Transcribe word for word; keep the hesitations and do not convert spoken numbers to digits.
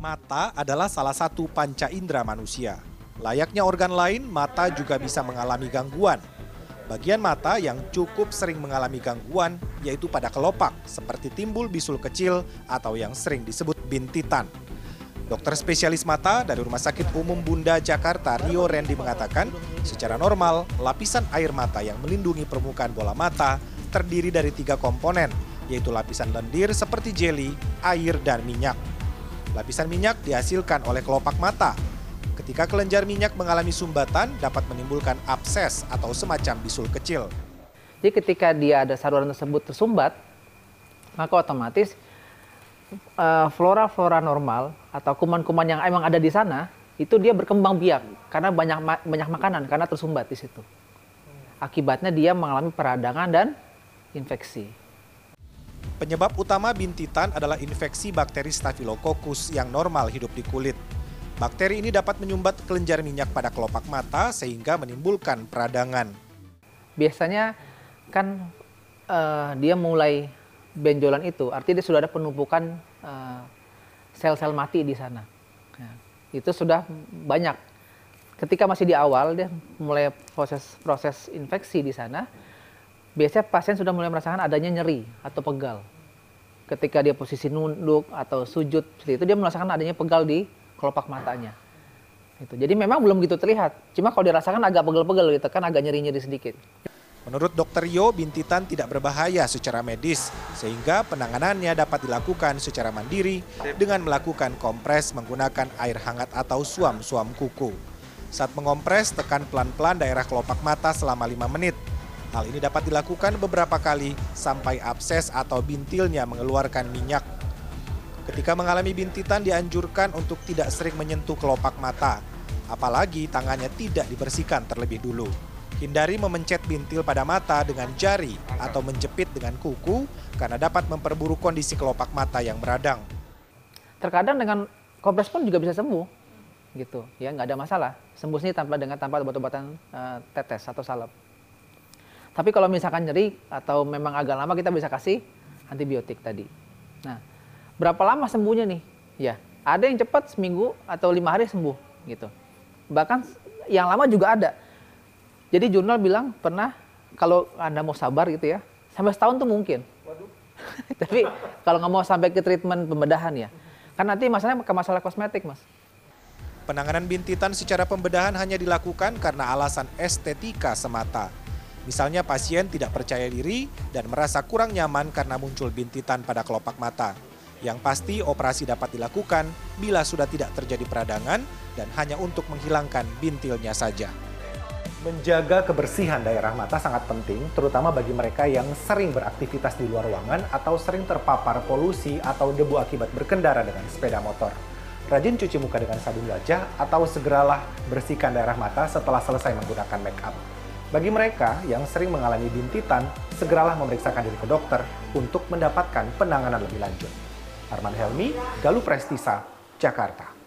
Mata adalah salah satu panca indera manusia. Layaknya organ lain, mata juga bisa mengalami gangguan. Bagian mata yang cukup sering mengalami gangguan yaitu pada kelopak, seperti timbul bisul kecil atau yang sering disebut bintitan. Dokter spesialis mata dari Rumah Sakit Umum Bunda Jakarta, Rio Randy mengatakan, secara normal, lapisan air mata yang melindungi permukaan bola mata terdiri dari tiga komponen, yaitu lapisan lendir seperti jeli, air, dan minyak. Lapisan minyak dihasilkan oleh kelopak mata. Ketika kelenjar minyak mengalami sumbatan, dapat menimbulkan abses atau semacam bisul kecil. Jadi ketika dia ada saluran tersebut tersumbat, maka otomatis flora-flora uh, normal atau kuman-kuman yang emang ada di sana, itu dia berkembang biak karena banyak ma banyak makanan, karena tersumbat di situ. Akibatnya dia mengalami peradangan dan infeksi. Penyebab utama bintitan adalah infeksi bakteri Staphylococcus yang normal hidup di kulit. Bakteri ini dapat menyumbat kelenjar minyak pada kelopak mata sehingga menimbulkan peradangan. Biasanya kan uh, dia mulai benjolan itu, artinya dia sudah ada penumpukan sel-sel uh, mati di sana. Nah, itu sudah banyak. Ketika masih di awal dia mulai proses proses infeksi di sana, biasanya pasien sudah mulai merasakan adanya nyeri atau pegal. Ketika dia posisi nunduk atau sujud, seperti itu dia merasakan adanya pegal di kelopak matanya. Itu. Jadi memang belum gitu terlihat. Cuma kalau dirasakan agak pegel-pegel gitu kan, agak nyeri-nyeri sedikit. Menurut dokter Rio, bintitan tidak berbahaya secara medis, sehingga penanganannya dapat dilakukan secara mandiri dengan melakukan kompres menggunakan air hangat atau suam-suam kuku. Saat mengompres, tekan pelan-pelan daerah kelopak mata selama lima menit. Hal ini dapat dilakukan beberapa kali sampai abses atau bintilnya mengeluarkan minyak. Ketika mengalami bintitan dianjurkan untuk tidak sering menyentuh kelopak mata, apalagi tangannya tidak dibersihkan terlebih dulu. Hindari memencet bintil pada mata dengan jari atau menjepit dengan kuku karena dapat memperburuk kondisi kelopak mata yang beradang. Terkadang dengan kompres pun juga bisa sembuh, gitu ya, nggak ada masalah. Sembuh sendiri tanpa dengan tanpa obat-obatan uh, tetes atau salep. Tapi kalau misalkan nyeri atau memang agak lama, kita bisa kasih antibiotik tadi. Nah, berapa lama sembuhnya nih? Ya, ada yang cepat seminggu atau lima hari sembuh gitu. Bahkan yang lama juga ada. Jadi jurnal bilang pernah kalau Anda mau sabar gitu ya, sampai setahun tuh mungkin. Waduh. Tapi kalau nggak mau sampai ke treatment pembedahan ya, kan nanti masalahnya ke masalah kosmetik, Mas. Penanganan bintitan secara pembedahan hanya dilakukan karena alasan estetika semata. Misalnya pasien tidak percaya diri dan merasa kurang nyaman karena muncul bintitan pada kelopak mata. Yang pasti operasi dapat dilakukan bila sudah tidak terjadi peradangan dan hanya untuk menghilangkan bintilnya saja. Menjaga kebersihan daerah mata sangat penting, terutama bagi mereka yang sering beraktivitas di luar ruangan atau sering terpapar polusi atau debu akibat berkendara dengan sepeda motor. Rajin cuci muka dengan sabun wajah atau segeralah bersihkan daerah mata setelah selesai menggunakan make up. Bagi mereka yang sering mengalami bintitan, segeralah memeriksakan diri ke dokter untuk mendapatkan penanganan lebih lanjut. Arman Helmi, Galuh Prestisa, Jakarta.